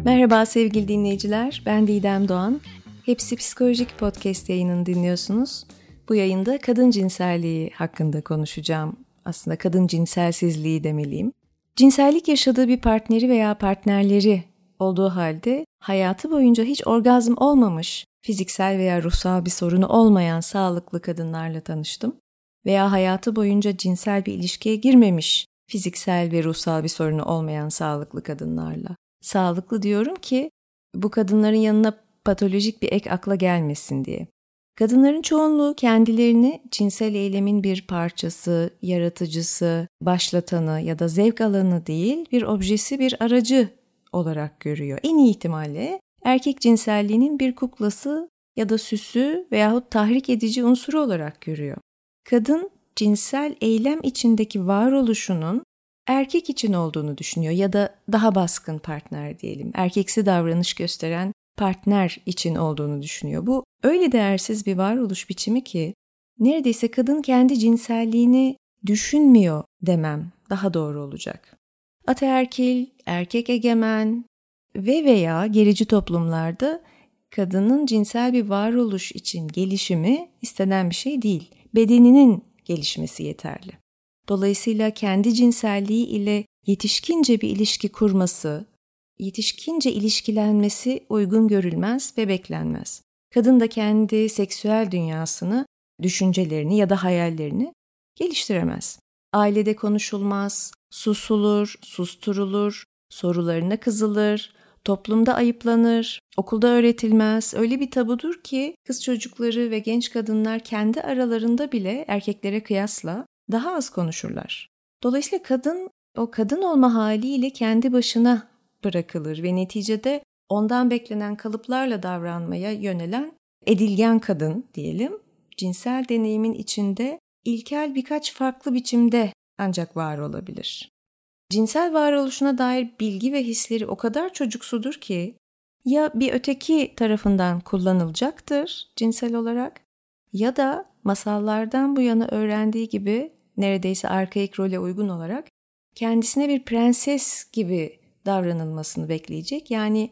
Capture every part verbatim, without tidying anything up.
Merhaba sevgili dinleyiciler, ben Didem Doğan. Hepsi Psikolojik Podcast yayınını dinliyorsunuz. Bu yayında kadın cinselliği hakkında konuşacağım. Aslında kadın cinselsizliği demeliyim. Cinsellik yaşadığı bir partneri veya partnerleri olduğu halde hayatı boyunca hiç orgazm olmamış, fiziksel veya ruhsal bir sorunu olmayan sağlıklı kadınlarla tanıştım. Veya hayatı boyunca cinsel bir ilişkiye girmemiş, fiziksel ve ruhsal bir sorunu olmayan sağlıklı kadınlarla. Sağlıklı diyorum ki bu kadınların yanına patolojik bir ek akla gelmesin diye. Kadınların çoğunluğu kendilerini cinsel eylemin bir parçası, yaratıcısı, başlatanı ya da zevk alanı değil, bir objesi, bir aracı olarak görüyor. En iyi ihtimalle erkek cinselliğinin bir kuklası ya da süsü veyahut tahrik edici unsuru olarak görüyor. Kadın cinsel eylem içindeki varoluşunun erkek için olduğunu düşünüyor ya da daha baskın partner diyelim, erkeksi davranış gösteren partner için olduğunu düşünüyor. Bu öyle değersiz bir varoluş biçimi ki neredeyse kadın kendi cinselliğini düşünmüyor demem daha doğru olacak. Ataerkil, erkek egemen ve veya gerici toplumlarda kadının cinsel bir varoluş için gelişimi istenen bir şey değil. Bedeninin gelişmesi yeterli. Dolayısıyla kendi cinselliği ile yetişkince bir ilişki kurması, yetişkince ilişkilenmesi uygun görülmez ve beklenmez. Kadın da kendi seksüel dünyasını, düşüncelerini ya da hayallerini geliştiremez. Ailede konuşulmaz, susulur, susturulur, sorularına kızılır, toplumda ayıplanır, okulda öğretilmez. Öyle bir tabudur ki kız çocukları ve genç kadınlar kendi aralarında bile erkeklere kıyasla daha az konuşurlar. Dolayısıyla kadın o kadın olma haliyle kendi başına bırakılır ve neticede ondan beklenen kalıplarla davranmaya yönelen edilgen kadın diyelim, cinsel deneyimin içinde ilkel birkaç farklı biçimde ancak var olabilir. Cinsel varoluşuna dair bilgi ve hisleri o kadar çocuksudur ki ya bir öteki tarafından kullanılacaktır cinsel olarak ya da masallardan bu yana öğrendiği gibi neredeyse arkaik role uygun olarak kendisine bir prenses gibi davranılmasını bekleyecek. Yani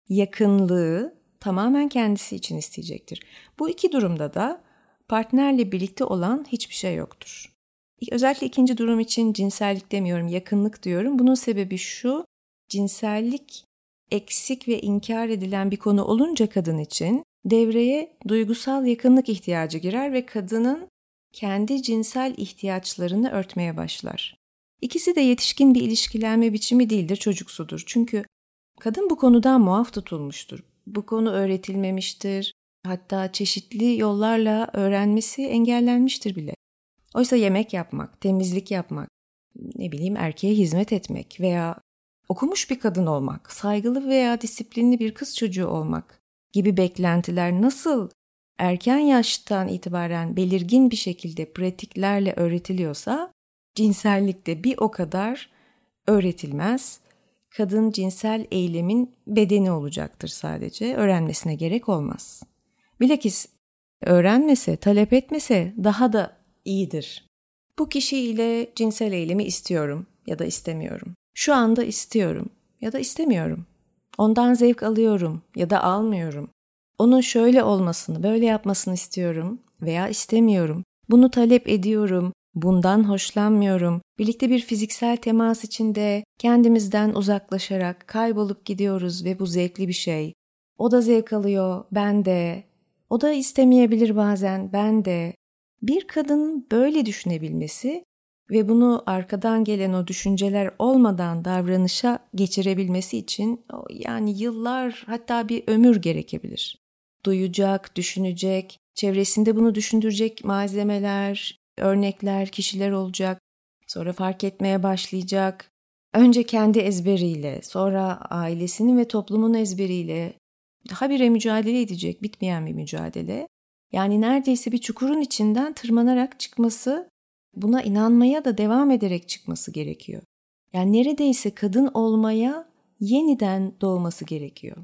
yakınlığı tamamen kendisi için isteyecektir. Bu iki durumda da partnerle birlikte olan hiçbir şey yoktur. Özellikle ikinci durum için cinsellik demiyorum, yakınlık diyorum. Bunun sebebi şu, cinsellik eksik ve inkar edilen bir konu olunca kadın için devreye duygusal yakınlık ihtiyacı girer ve kadının kendi cinsel ihtiyaçlarını örtmeye başlar. İkisi de yetişkin bir ilişkilenme biçimi değildir, çocuksudur. Çünkü kadın bu konudan muaf tutulmuştur. Bu konu öğretilmemiştir. Hatta çeşitli yollarla öğrenmesi engellenmiştir bile. Oysa yemek yapmak, temizlik yapmak, ne bileyim erkeğe hizmet etmek veya okumuş bir kadın olmak, saygılı veya disiplinli bir kız çocuğu olmak gibi beklentiler nasıl erken yaştan itibaren belirgin bir şekilde pratiklerle öğretiliyorsa, cinsellik de bir o kadar öğretilmez. Kadın cinsel eylemin bedeni olacaktır sadece, öğrenmesine gerek olmaz. Bilakis öğrenmese, talep etmese daha da iyidir. Bu kişiyle cinsel eylemi istiyorum ya da istemiyorum. Şu anda istiyorum ya da istemiyorum. Ondan zevk alıyorum ya da almıyorum. Onun şöyle olmasını, böyle yapmasını istiyorum veya istemiyorum. Bunu talep ediyorum, bundan hoşlanmıyorum. Birlikte bir fiziksel temas içinde kendimizden uzaklaşarak kaybolup gidiyoruz ve bu zevkli bir şey. O da zevk alıyor, ben de. O da istemeyebilir bazen, ben de. Bir kadının böyle düşünebilmesi ve bunu arkadan gelen o düşünceler olmadan davranışa geçirebilmesi için yani yıllar hatta bir ömür gerekebilir. Duyacak, düşünecek, çevresinde bunu düşündürecek malzemeler, örnekler, kişiler olacak. Sonra fark etmeye başlayacak. Önce kendi ezberiyle, sonra ailesinin ve toplumun ezberiyle daha bire mücadele edecek, bitmeyen bir mücadele. Yani neredeyse bir çukurun içinden tırmanarak çıkması, buna inanmaya da devam ederek çıkması gerekiyor. Yani neredeyse kadın olmaya yeniden doğması gerekiyor.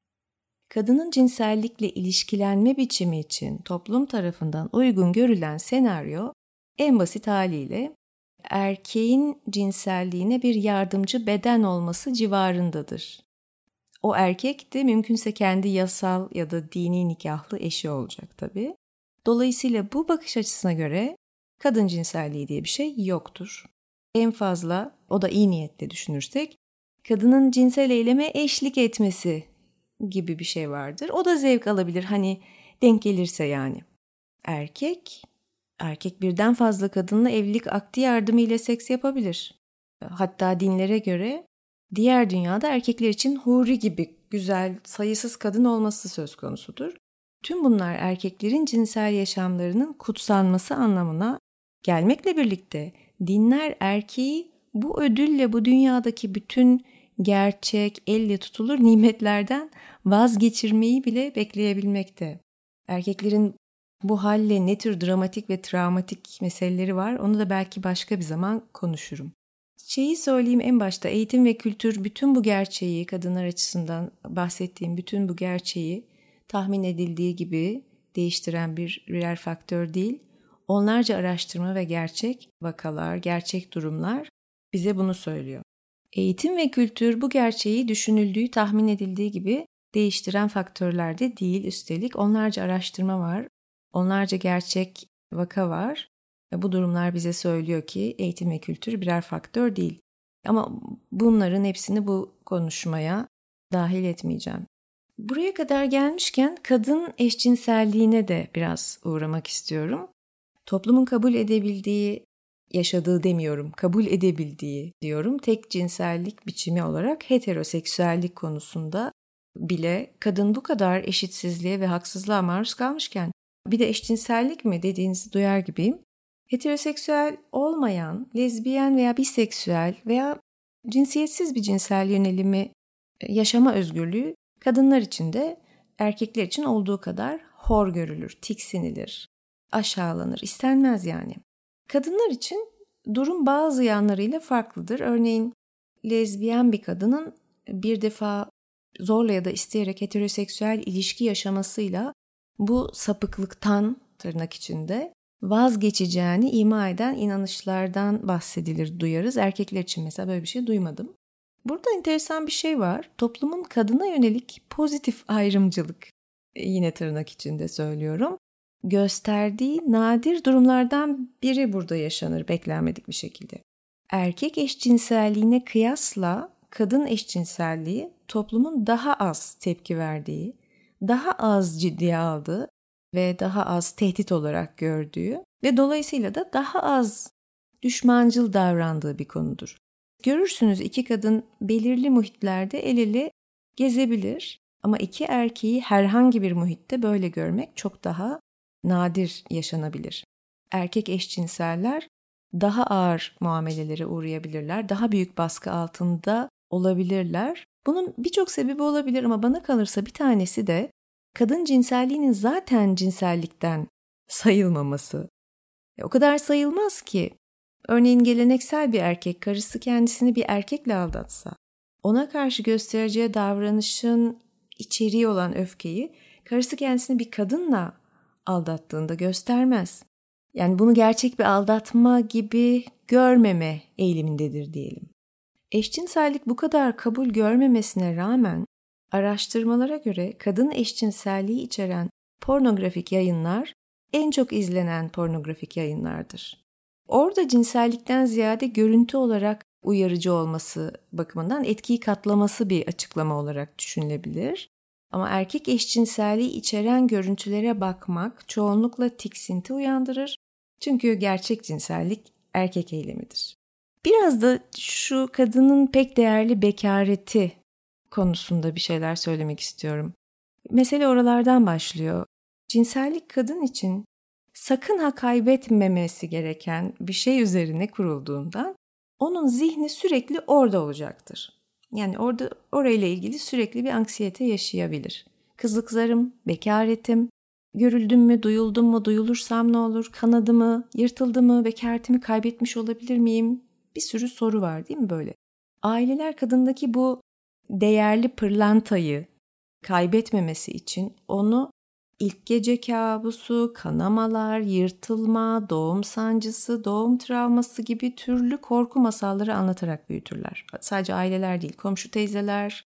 Kadının cinsellikle ilişkilenme biçimi için toplum tarafından uygun görülen senaryo en basit haliyle erkeğin cinselliğine bir yardımcı beden olması civarındadır. O erkek de mümkünse kendi yasal ya da dini nikahlı eşi olacak tabii. Dolayısıyla bu bakış açısına göre kadın cinselliği diye bir şey yoktur. En fazla, o da iyi niyetle düşünürsek, kadının cinsel eyleme eşlik etmesi gibi bir şey vardır. O da zevk alabilir, hani denk gelirse yani. Erkek, erkek birden fazla kadınla evlilik akdi yardımıyla seks yapabilir. Hatta dinlere göre diğer dünyada erkekler için huri gibi güzel, sayısız kadın olması söz konusudur. Tüm bunlar erkeklerin cinsel yaşamlarının kutsanması anlamına gelmekle birlikte dinler erkeği bu ödülle bu dünyadaki bütün gerçek, elle tutulur nimetlerden vazgeçirmeyi bile bekleyebilmekte. Erkeklerin bu halle ne tür dramatik ve travmatik meseleleri var, onu da belki başka bir zaman konuşurum. Şeyi söyleyeyim en başta, eğitim ve kültür bütün bu gerçeği, kadınlar açısından bahsettiğim bütün bu gerçeği tahmin edildiği gibi değiştiren bir birer faktör değil. Onlarca araştırma ve gerçek vakalar, gerçek durumlar bize bunu söylüyor. Eğitim ve kültür bu gerçeği düşünüldüğü, tahmin edildiği gibi değiştiren faktörler de değil. Üstelik onlarca araştırma var, onlarca gerçek vaka var. Bu durumlar bize söylüyor ki eğitim ve kültür birer faktör değil. Ama bunların hepsini bu konuşmaya dahil etmeyeceğim. Buraya kadar gelmişken kadın eşcinselliğine de biraz uğramak istiyorum. Toplumun kabul edebildiği, yaşadığı demiyorum, kabul edebildiği diyorum, tek cinsellik biçimi olarak heteroseksüellik konusunda bile kadın bu kadar eşitsizliğe ve haksızlığa maruz kalmışken bir de eşcinsellik mi dediğinizi duyar gibiyim. Heteroseksüel olmayan, lezbiyen veya biseksüel veya cinsiyetsiz bir cinsel yönelimi yaşama özgürlüğü kadınlar için de erkekler için olduğu kadar hor görülür, tiksinilir, aşağılanır, istenmez yani. Kadınlar için durum bazı yanlarıyla farklıdır. Örneğin lezbiyen bir kadının bir defa zorla ya da isteyerek heteroseksüel ilişki yaşamasıyla bu sapıklıktan tırnak içinde vazgeçeceğini ima eden inanışlardan bahsedilir, duyarız. Erkekler için mesela böyle bir şey duymadım. Burada enteresan bir şey var. Toplumun kadına yönelik pozitif ayrımcılık, yine tırnak içinde söylüyorum, gösterdiği nadir durumlardan biri burada yaşanır beklenmedik bir şekilde. Erkek eşcinselliğine kıyasla kadın eşcinselliği toplumun daha az tepki verdiği, daha az ciddiye aldığı ve daha az tehdit olarak gördüğü ve dolayısıyla da daha az düşmancıl davrandığı bir konudur. Görürsünüz iki kadın belirli muhitlerde el ele gezebilir ama iki erkeği herhangi bir muhitte böyle görmek çok daha nadir yaşanabilir. Erkek eşcinseller daha ağır muamelelere uğrayabilirler, daha büyük baskı altında olabilirler. Bunun birçok sebebi olabilir ama bana kalırsa bir tanesi de kadın cinselliğinin zaten cinsellikten sayılmaması. E, o kadar sayılmaz ki. Örneğin geleneksel bir erkek karısı kendisini bir erkekle aldatsa, ona karşı göstereceği davranışın içeriği olan öfkeyi karısı kendisini bir kadınla aldattığında göstermez. Yani bunu gerçek bir aldatma gibi görmeme eğilimindedir diyelim. Eşcinsellik bu kadar kabul görmemesine rağmen araştırmalara göre kadın eşcinselliği içeren pornografik yayınlar en çok izlenen pornografik yayınlardır. Orada cinsellikten ziyade görüntü olarak uyarıcı olması bakımından etkiyi katlaması bir açıklama olarak düşünülebilir. Ama erkek eşcinselliği içeren görüntülere bakmak çoğunlukla tiksinti uyandırır. Çünkü gerçek cinsellik erkek eylemidir. Biraz da şu kadının pek değerli bekareti konusunda bir şeyler söylemek istiyorum. Mesele oralardan başlıyor. Cinsellik kadın için sakın ha kaybetmemesi gereken bir şey üzerine kurulduğundan onun zihni sürekli orada olacaktır. Yani orada orayla ilgili sürekli bir anksiyete yaşayabilir. Kızlıklarım, bekaretim, görüldüm mü, duyuldum mu, duyulursam ne olur, kanadı mı, yırtıldı mı, bekaretimi kaybetmiş olabilir miyim? Bir sürü soru var değil mi böyle? Aileler kadındaki bu değerli pırlantayı kaybetmemesi için onu ilk gece kabusu, kanamalar, yırtılma, doğum sancısı, doğum travması gibi türlü korku masalları anlatarak büyütürler. Sadece aileler değil, komşu teyzeler,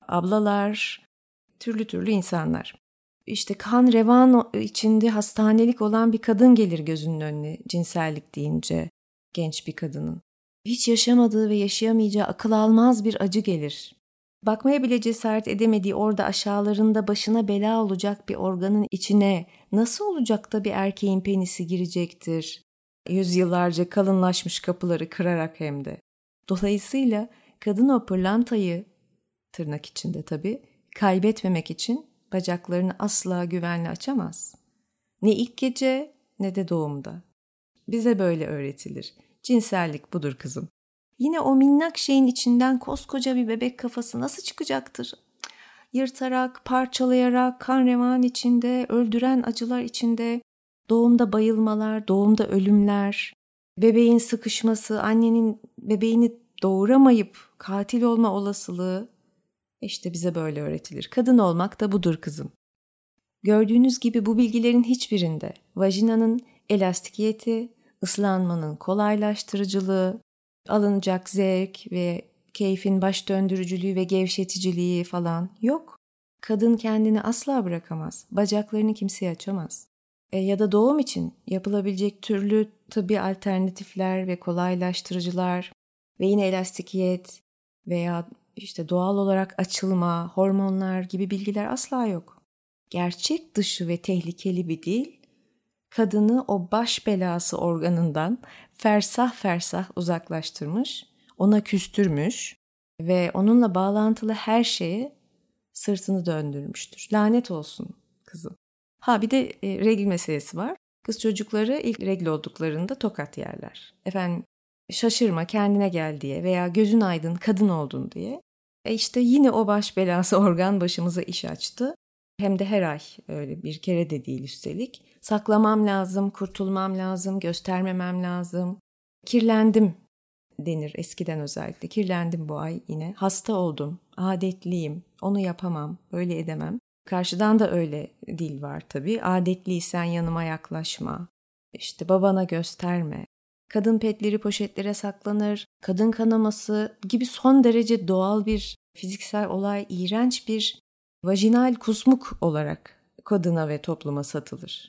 ablalar, türlü türlü insanlar. İşte kan revan içinde hastanelik olan bir kadın gelir gözünün önüne cinsellik deyince genç bir kadının. Hiç yaşamadığı ve yaşayamayacağı akıl almaz bir acı gelir. Bakmaya bile cesaret edemediği orada aşağılarında başına bela olacak bir organın içine nasıl olacak da bir erkeğin penisi girecektir? Yüzyıllarca kalınlaşmış kapıları kırarak hem de. Dolayısıyla kadın o pırlantayı, tırnak içinde tabii, kaybetmemek için bacaklarını asla güvenli açamaz. Ne ilk gece ne de doğumda. Bize böyle öğretilir. Cinsellik budur kızım. Yine o minnak şeyin içinden koskoca bir bebek kafası nasıl çıkacaktır? Yırtarak, parçalayarak, kan revan içinde, öldüren acılar içinde, doğumda bayılmalar, doğumda ölümler, bebeğin sıkışması, annenin bebeğini doğuramayıp katil olma olasılığı, işte bize böyle öğretilir. Kadın olmak da budur kızım. Gördüğünüz gibi bu bilgilerin hiçbirinde vajinanın elastikiyeti, ıslanmanın kolaylaştırıcılığı, alınacak zevk ve keyfin baş döndürücülüğü ve gevşeticiliği falan yok. Kadın kendini asla bırakamaz. Bacaklarını kimseye açamaz. E, ya da doğum için yapılabilecek türlü tıbbi alternatifler ve kolaylaştırıcılar ve yine elastikiyet veya işte doğal olarak açılma, hormonlar gibi bilgiler asla yok. Gerçek dışı ve tehlikeli bir dil, kadını o baş belası organından fersah fersah uzaklaştırmış, ona küstürmüş ve onunla bağlantılı her şeye sırtını döndürmüştür. Lanet olsun kızım. Ha bir de e, regl meselesi var. Kız çocukları ilk regl olduklarında tokat yerler. Efendim şaşırma kendine gel diye veya gözün aydın kadın oldun diye. E işte yine o baş belası organ başımıza iş açtı. Hem de her ay öyle bir kere de değil üstelik. Saklamam lazım, kurtulmam lazım, göstermemem lazım. Kirlendim denir eskiden özellikle. Kirlendim bu ay yine. Hasta oldum, adetliyim, onu yapamam, böyle edemem. Karşıdan da öyle dil var tabii. Adetliysen yanıma yaklaşma, işte babana gösterme. Kadın petleri poşetlere saklanır, kadın kanaması gibi son derece doğal bir fiziksel olay, iğrenç bir vajinal kusmuk olarak kadına ve topluma satılır.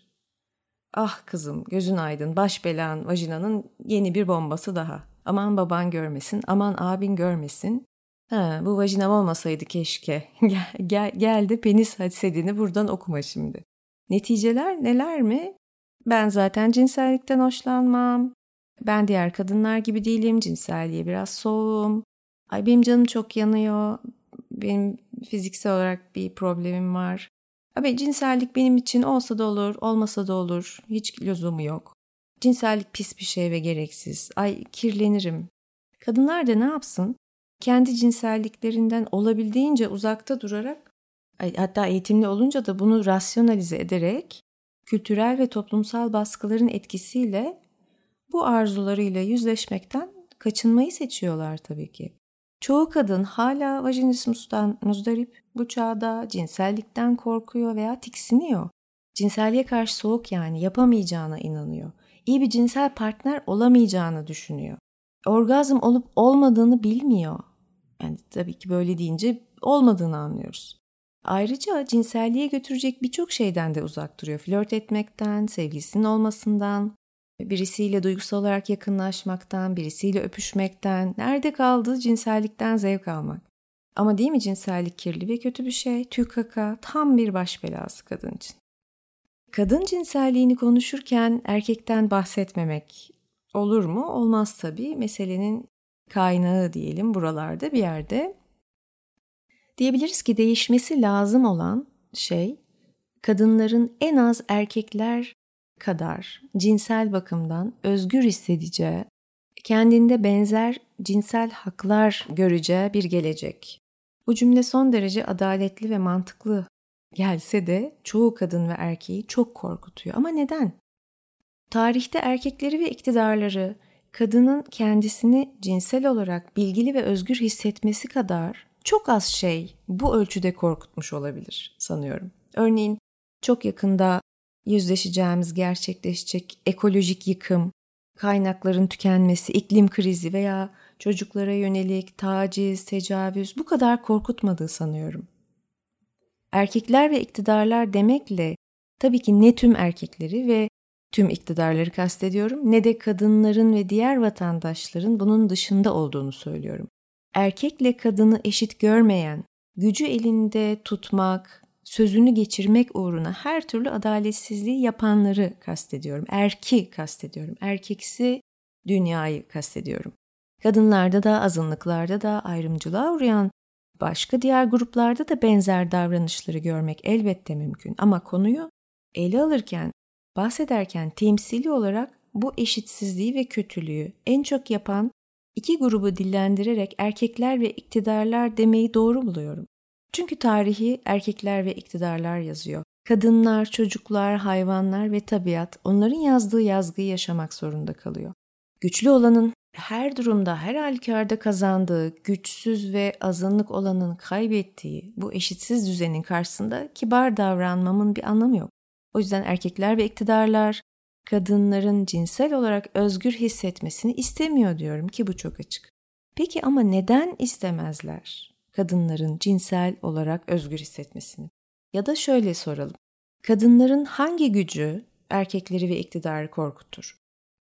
Ah kızım gözün aydın, baş belan vajinanın yeni bir bombası daha. Aman baban görmesin, aman abin görmesin. Ha, bu vajinam olmasaydı keşke. Gel, gel, gel de penis hadsedini buradan okuma şimdi. Neticeler neler mi? Ben zaten cinsellikten hoşlanmam. Ben diğer kadınlar gibi değilim, cinselliğe biraz soğuğum. Ay benim canım çok yanıyor. Benim fiziksel olarak bir problemim var. Abi cinsellik benim için olsa da olur, olmasa da olur. Hiç lüzumu yok. Cinsellik pis bir şey ve gereksiz. Ay kirlenirim. Kadınlar da ne yapsın? Kendi cinselliklerinden olabildiğince uzakta durarak, hatta eğitimli olunca da bunu rasyonalize ederek, kültürel ve toplumsal baskıların etkisiyle bu arzularıyla yüzleşmekten kaçınmayı seçiyorlar tabii ki. Çoğu kadın hala vajinismustan muzdarip, bu çağda cinsellikten korkuyor veya tiksiniyor. Cinselliğe karşı soğuk, yani yapamayacağına inanıyor. İyi bir cinsel partner olamayacağını düşünüyor. Orgazm olup olmadığını bilmiyor. Yani tabii ki böyle deyince olmadığını anlıyoruz. Ayrıca cinselliğe götürecek birçok şeyden de uzak duruyor. Flört etmekten, sevgilisinin olmasından, birisiyle duygusal olarak yakınlaşmaktan, birisiyle öpüşmekten, nerede kaldı cinsellikten zevk almak. Ama değil mi cinsellik kirli ve kötü bir şey? Tükaka tam bir baş belası kadın için. Kadın cinselliğini konuşurken erkekten bahsetmemek olur mu? Olmaz tabii. Meselenin kaynağı diyelim buralarda bir yerde. Diyebiliriz ki değişmesi lazım olan şey, kadınların en az erkekler kadar cinsel bakımdan özgür hissedeceği, kendinde benzer cinsel haklar göreceği bir gelecek. Bu cümle son derece adaletli ve mantıklı gelse de çoğu kadın ve erkeği çok korkutuyor. Ama neden? Tarihte erkekleri ve iktidarları kadının kendisini cinsel olarak bilgili ve özgür hissetmesi kadar çok az şey bu ölçüde korkutmuş olabilir sanıyorum. Örneğin çok yakında yüzleşeceğimiz, gerçekleşecek ekolojik yıkım, kaynakların tükenmesi, iklim krizi veya çocuklara yönelik taciz, tecavüz bu kadar korkutmadığı sanıyorum. Erkekler ve iktidarlar demekle tabii ki ne tüm erkekleri ve tüm iktidarları kastediyorum, ne de kadınların ve diğer vatandaşların bunun dışında olduğunu söylüyorum. Erkekle kadını eşit görmeyen, gücü elinde tutmak, sözünü geçirmek uğruna her türlü adaletsizliği yapanları kastediyorum. Erki kastediyorum. Erkeksi dünyayı kastediyorum. Kadınlarda da, azınlıklarda da ayrımcılığa uğrayan başka diğer gruplarda da benzer davranışları görmek elbette mümkün. Ama konuyu ele alırken, bahsederken temsili olarak bu eşitsizliği ve kötülüğü en çok yapan iki grubu dillendirerek erkekler ve iktidarlar demeyi doğru buluyorum. Çünkü tarihi erkekler ve iktidarlar yazıyor. Kadınlar, çocuklar, hayvanlar ve tabiat onların yazdığı yazgıyı yaşamak zorunda kalıyor. Güçlü olanın her durumda, her halükarda kazandığı, güçsüz ve azınlık olanın kaybettiği bu eşitsiz düzenin karşısında kibar davranmamın bir anlamı yok. O yüzden erkekler ve iktidarlar kadınların cinsel olarak özgür hissetmesini istemiyor diyorum ki bu çok açık. Peki ama neden istemezler kadınların cinsel olarak özgür hissetmesini? Ya da şöyle soralım. Kadınların hangi gücü erkekleri ve iktidarı korkutur?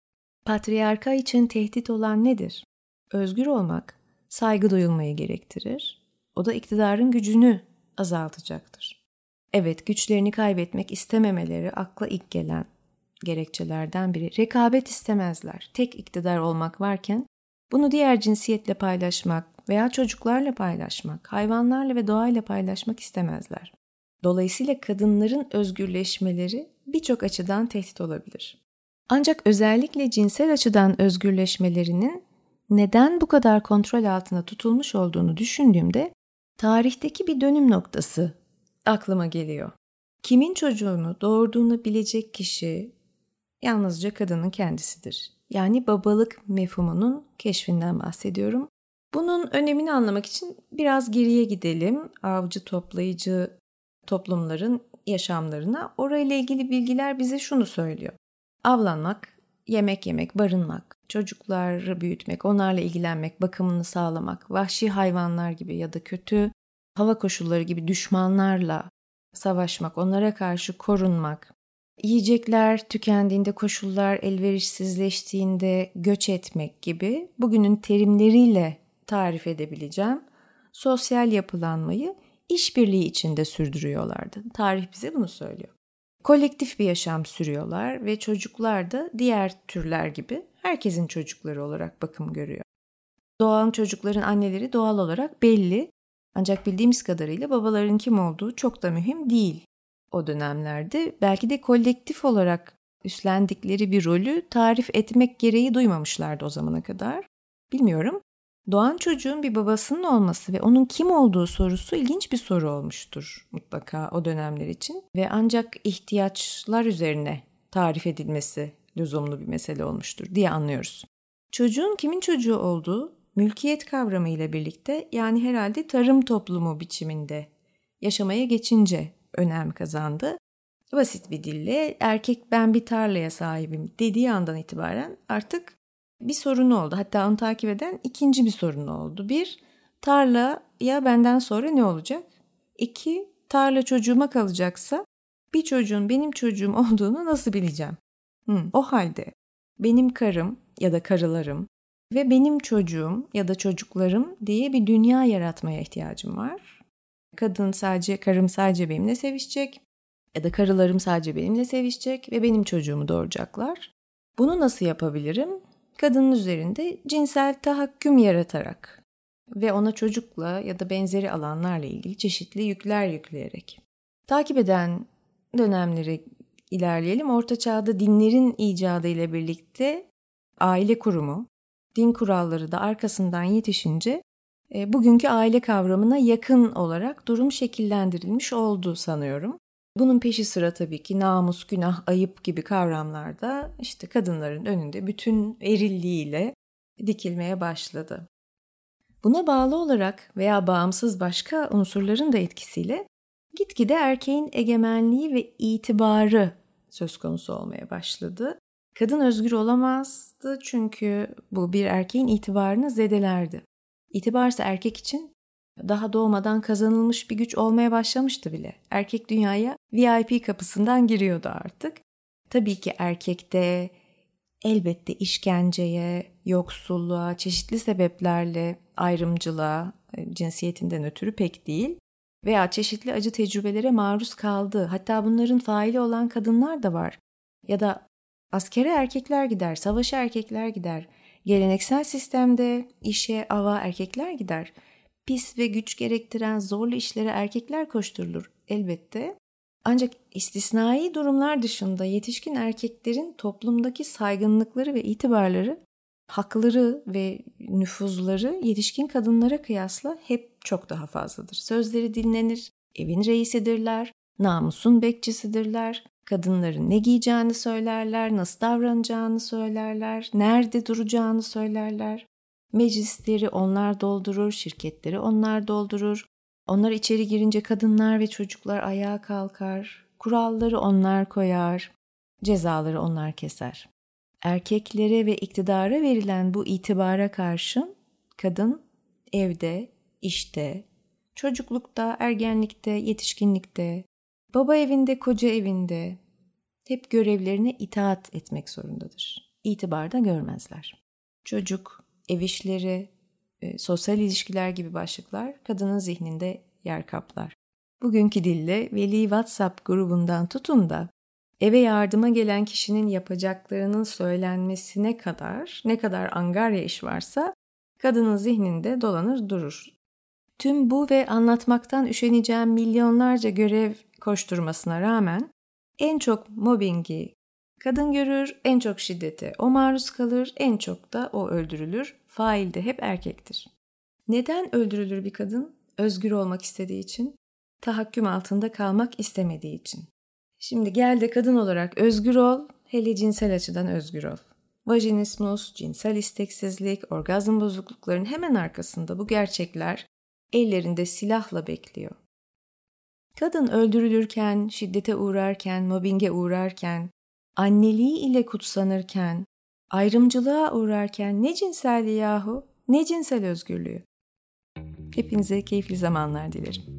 Patriarka için tehdit olan nedir? Özgür olmak saygı duyulmayı gerektirir. O da iktidarın gücünü azaltacaktır. Evet, güçlerini kaybetmek istememeleri akla ilk gelen gerekçelerden biri. Rekabet istemezler. Tek iktidar olmak varken bunu diğer cinsiyetle paylaşmak veya çocuklarla paylaşmak, hayvanlarla ve doğayla paylaşmak istemezler. Dolayısıyla kadınların özgürleşmeleri birçok açıdan tehdit olabilir. Ancak özellikle cinsel açıdan özgürleşmelerinin neden bu kadar kontrol altında tutulmuş olduğunu düşündüğümde tarihteki bir dönüm noktası aklıma geliyor. Kimin çocuğunu doğurduğunu bilecek kişi yalnızca kadının kendisidir. Yani babalık mefhumunun keşfinden bahsediyorum. Bunun önemini anlamak için biraz geriye gidelim. Avcı toplayıcı toplumların yaşamlarına. Orayla ilgili bilgiler bize şunu söylüyor. Avlanmak, yemek yemek, barınmak, çocukları büyütmek, onlarla ilgilenmek, bakımını sağlamak, vahşi hayvanlar gibi ya da kötü hava koşulları gibi düşmanlarla savaşmak, onlara karşı korunmak, yiyecekler tükendiğinde, koşullar elverişsizleştiğinde göç etmek gibi bugünün terimleriyle tarif edebileceğim sosyal yapılanmayı işbirliği içinde sürdürüyorlardı. Tarih bize bunu söylüyor. Kolektif bir yaşam sürüyorlar ve çocuklar da diğer türler gibi herkesin çocukları olarak bakım görüyor. Doğan çocukların anneleri doğal olarak belli, ancak bildiğimiz kadarıyla babaların kim olduğu çok da mühim değil o dönemlerde. Belki de kolektif olarak üstlendikleri bir rolü tarif etmek gereği duymamışlardı o zamana kadar. Bilmiyorum. Doğan çocuğun bir babasının olması ve onun kim olduğu sorusu ilginç bir soru olmuştur mutlaka o dönemler için ve ancak ihtiyaçlar üzerine tarif edilmesi lüzumlu bir mesele olmuştur diye anlıyoruz. Çocuğun kimin çocuğu olduğu mülkiyet kavramı ile birlikte, yani herhalde tarım toplumu biçiminde yaşamaya geçince önem kazandı. Basit bir dille erkek ben bir tarlaya sahibim dediği andan itibaren artık bir sorunu oldu. Hatta onu takip eden ikinci bir sorunu oldu. Bir, tarlaya benden sonra ne olacak? İki, tarla çocuğuma kalacaksa bir çocuğun benim çocuğum olduğunu nasıl bileceğim? Hmm, o halde benim karım ya da karılarım ve benim çocuğum ya da çocuklarım diye bir dünya yaratmaya ihtiyacım var. Kadın sadece, karım sadece benimle sevişecek ya da karılarım sadece benimle sevişecek ve benim çocuğumu doğuracaklar. Bunu nasıl yapabilirim? Kadının üzerinde cinsel tahakküm yaratarak ve ona çocukla ya da benzeri alanlarla ilgili çeşitli yükler yükleyerek. Takip eden dönemlere ilerleyelim. Orta Çağ'da dinlerin icadı ile birlikte aile kurumu, din kuralları da arkasından yetişince e, bugünkü aile kavramına yakın olarak durum şekillendirilmiş oldu sanıyorum. Bunun peşi sıra tabii ki namus, günah, ayıp gibi kavramlar da işte kadınların önünde bütün erilliğiyle dikilmeye başladı. Buna bağlı olarak veya bağımsız başka unsurların da etkisiyle gitgide erkeğin egemenliği ve itibarı söz konusu olmaya başladı. Kadın özgür olamazdı çünkü bu bir erkeğin itibarını zedelerdi. İtibarsa erkek için daha doğmadan kazanılmış bir güç olmaya başlamıştı bile. Erkek dünyaya V I P kapısından giriyordu artık. Tabii ki erkekte elbette işkenceye, yoksulluğa, çeşitli sebeplerle ayrımcılığa, cinsiyetinden ötürü pek değil veya çeşitli acı tecrübelere maruz kaldı. Hatta bunların faili olan kadınlar da var. Ya da askere erkekler gider, savaşa erkekler gider. Geleneksel sistemde işe, ava erkekler gider. Pis ve güç gerektiren zorlu işlere erkekler koşturulur elbette. Ancak istisnai durumlar dışında yetişkin erkeklerin toplumdaki saygınlıkları ve itibarları, hakları ve nüfuzları yetişkin kadınlara kıyasla hep çok daha fazladır. Sözleri dinlenir, evin reisidirler, namusun bekçisidirler, kadınların ne giyeceğini söylerler, nasıl davranacağını söylerler, nerede duracağını söylerler. Meclisleri onlar doldurur, şirketleri onlar doldurur. Onlar içeri girince kadınlar ve çocuklar ayağa kalkar, kuralları onlar koyar, cezaları onlar keser. Erkeklere ve iktidara verilen bu itibara karşın kadın evde, işte, çocuklukta, ergenlikte, yetişkinlikte, baba evinde, koca evinde hep görevlerine itaat etmek zorundadır. İtibar da görmezler. Çocuk, ev işleri, e, sosyal ilişkiler gibi başlıklar kadının zihninde yer kaplar. Bugünkü dille veli WhatsApp grubundan tutun da eve yardıma gelen kişinin yapacaklarının söylenmesine kadar ne kadar angarya iş varsa kadının zihninde dolanır durur. Tüm bu ve anlatmaktan üşeneceğim milyonlarca görev koşturmasına rağmen en çok mobbingi kadın görür, en çok şiddete o maruz kalır, en çok da o öldürülür. Fail de hep erkektir. Neden öldürülür bir kadın? Özgür olmak istediği için, tahakküm altında kalmak istemediği için. Şimdi gel de kadın olarak özgür ol, hele cinsel açıdan özgür ol. Vajinismus, cinsel isteksizlik, orgazm bozukluklarının hemen arkasında bu gerçekler ellerinde silahla bekliyor. Kadın öldürülürken, şiddete uğrarken, mobbinge uğrarken, anneliği ile kutsanırken, ayrımcılığa uğrarken ne cinselliği yahu, ne cinsel özgürlüğü. Hepinize keyifli zamanlar dilerim.